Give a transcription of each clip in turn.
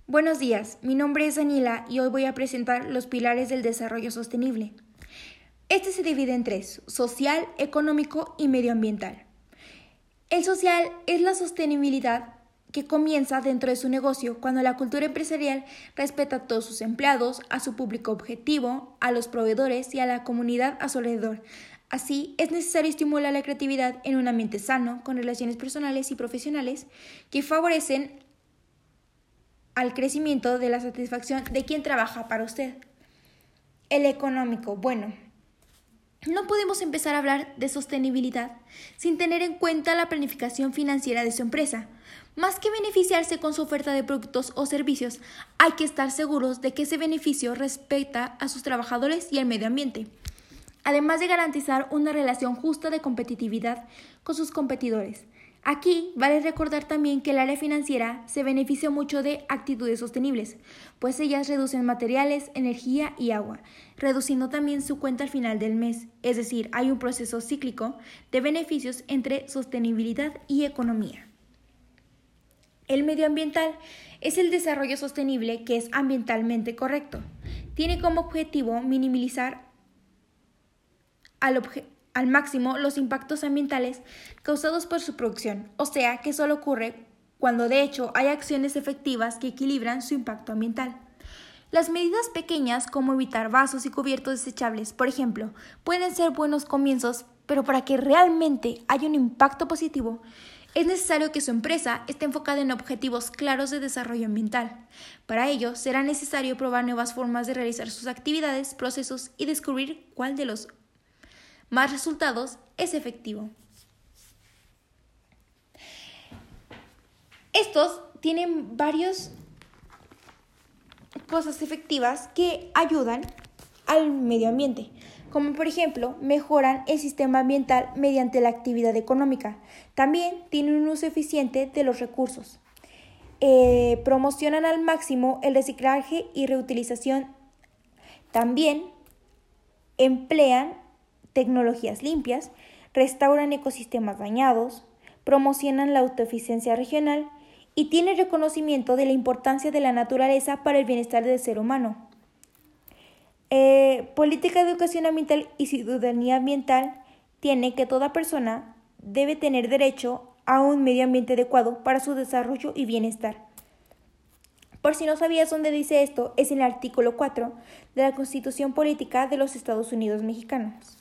Buenos días, mi nombre es Daniela y hoy voy a presentar los pilares del desarrollo sostenible. Este se divide en tres: social, económico y medioambiental. El social es la sostenibilidad que comienza dentro de su negocio cuando la cultura empresarial respeta a todos sus empleados, a su público objetivo, a los proveedores y a la comunidad a su alrededor. Así, es necesario estimular la creatividad en un ambiente sano, con relaciones personales y profesionales que favorecen al crecimiento de la satisfacción de quien trabaja para usted. El económico, no podemos empezar a hablar de sostenibilidad sin tener en cuenta la planificación financiera de su empresa. Más que beneficiarse con su oferta de productos o servicios, hay que estar seguros de que ese beneficio respeta a sus trabajadores y al medio ambiente, además de garantizar una relación justa de competitividad con sus competidores. Aquí vale recordar también que el área financiera se beneficia mucho de actitudes sostenibles, pues ellas reducen materiales, energía y agua, reduciendo también su cuenta al final del mes. Es decir, hay un proceso cíclico de beneficios entre sostenibilidad y economía. El medioambiental es el desarrollo sostenible que es ambientalmente correcto. Tiene como objetivo minimizar al máximo los impactos ambientales causados por su producción, o sea que solo ocurre cuando de hecho hay acciones efectivas que equilibran su impacto ambiental. Las medidas pequeñas como evitar vasos y cubiertos desechables, por ejemplo, pueden ser buenos comienzos, pero para que realmente haya un impacto positivo, es necesario que su empresa esté enfocada en objetivos claros de desarrollo ambiental. Para ello, será necesario probar nuevas formas de realizar sus actividades, procesos y descubrir cuál de los más resultados es efectivo. Estos tienen varias cosas efectivas que ayudan al medio ambiente, como por ejemplo mejoran el sistema ambiental mediante la actividad económica. También tienen un uso eficiente de los recursos. Promocionan al máximo el reciclaje y reutilización. También emplean tecnologías limpias, restauran ecosistemas dañados, promocionan la autoeficiencia regional y tienen reconocimiento de la importancia de la naturaleza para el bienestar del ser humano. Política de educación ambiental y ciudadanía ambiental tiene que toda persona debe tener derecho a un medio ambiente adecuado para su desarrollo y bienestar. Por si no sabías dónde dice esto, es en el artículo 4 de la Constitución Política de los Estados Unidos Mexicanos.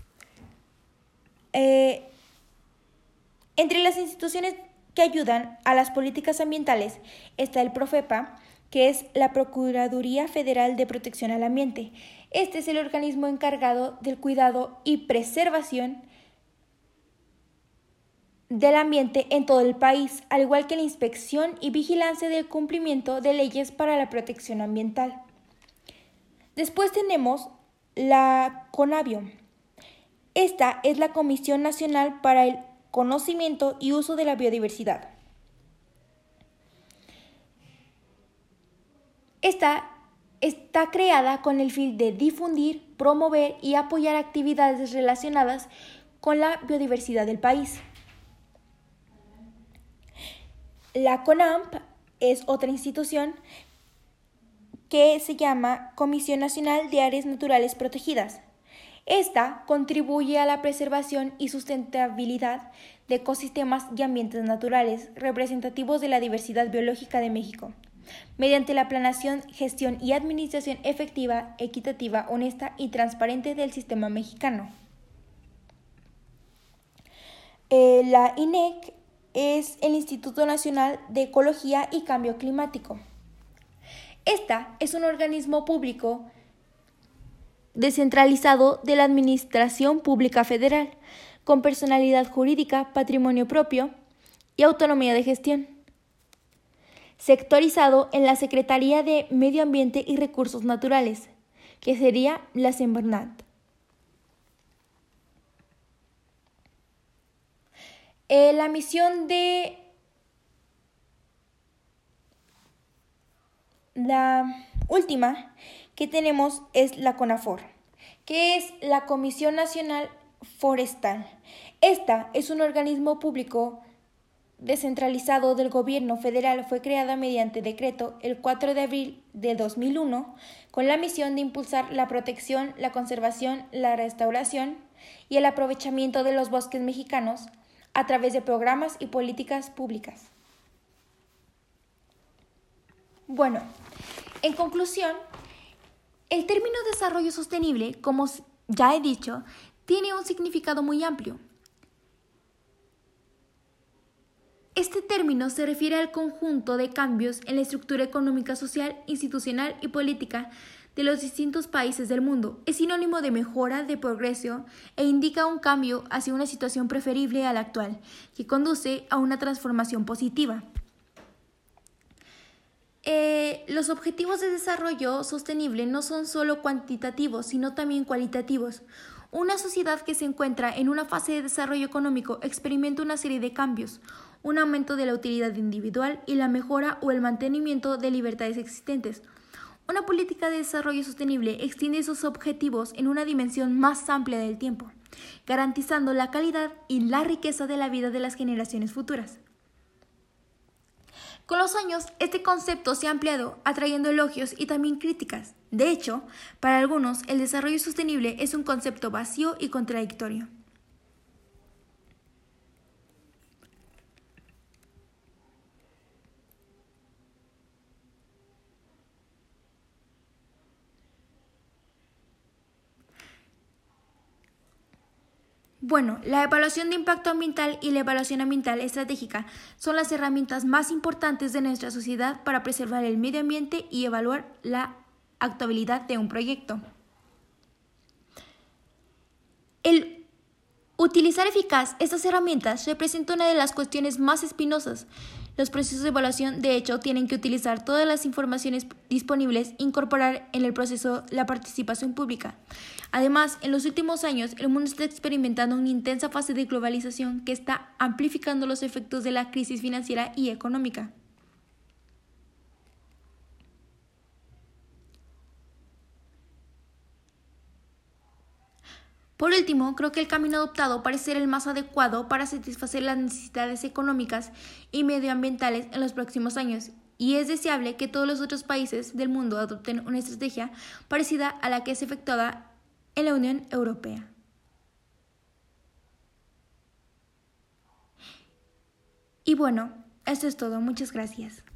Entre las instituciones que ayudan a las políticas ambientales está el PROFEPA, que es la Procuraduría Federal de Protección al Ambiente. Este es el organismo encargado del cuidado y preservación del ambiente en todo el país, al igual que la inspección y vigilancia del cumplimiento de leyes para la protección ambiental. Después tenemos la CONABIO. Esta es la Comisión Nacional para el Conocimiento y Uso de la Biodiversidad. Esta está creada con el fin de difundir, promover y apoyar actividades relacionadas con la biodiversidad del país. La CONAMP es otra institución que se llama Comisión Nacional de Áreas Naturales Protegidas. Esta contribuye a la preservación y sustentabilidad de ecosistemas y ambientes naturales representativos de la diversidad biológica de México, mediante la planeación, gestión y administración efectiva, equitativa, honesta y transparente del sistema mexicano. La INEC es el Instituto Nacional de Ecología y Cambio Climático. Esta es un organismo público descentralizado de la Administración Pública Federal, con personalidad jurídica, patrimonio propio y autonomía de gestión. Sectorizado en la Secretaría de Medio Ambiente y Recursos Naturales, que sería la Semarnat. La misión de la última que tenemos es la CONAFOR, que es la Comisión Nacional Forestal. Esta es un organismo público descentralizado del gobierno federal fue creada mediante decreto el 4 de abril de 2001 con la misión de impulsar la protección, la conservación, la restauración y el aprovechamiento de los bosques mexicanos a través de programas y políticas públicas. Bueno, en conclusión, el término desarrollo sostenible, como ya he dicho, tiene un significado muy amplio. Este término se refiere al conjunto de cambios en la estructura económica, social, institucional y política de los distintos países del mundo. Es sinónimo de mejora, de progreso e indica un cambio hacia una situación preferible a la actual, que conduce a una transformación positiva. Los objetivos de desarrollo sostenible no son solo cuantitativos, sino también cualitativos. Una sociedad que se encuentra en una fase de desarrollo económico experimenta una serie de cambios, un aumento de la utilidad individual y la mejora o el mantenimiento de libertades existentes. Una política de desarrollo sostenible extiende esos objetivos en una dimensión más amplia del tiempo, garantizando la calidad y la riqueza de la vida de las generaciones futuras. Con los años, este concepto se ha ampliado, atrayendo elogios y también críticas. De hecho, para algunos, el desarrollo sostenible es un concepto vacío y contradictorio. Bueno, la evaluación de impacto ambiental y la evaluación ambiental estratégica son las herramientas más importantes de nuestra sociedad para preservar el medio ambiente y evaluar la actuabilidad de un proyecto. El utilizar eficaz estas herramientas representa una de las cuestiones más espinosas. Los procesos de evaluación, de hecho, tienen que utilizar todas las informaciones disponibles e incorporar en el proceso la participación pública. Además, en los últimos años, el mundo está experimentando una intensa fase de globalización que está amplificando los efectos de la crisis financiera y económica. Por último, creo que el camino adoptado parece ser el más adecuado para satisfacer las necesidades económicas y medioambientales en los próximos años, y es deseable que todos los otros países del mundo adopten una estrategia parecida a la que es efectuada en la Unión Europea. Y bueno, esto es todo. Muchas gracias.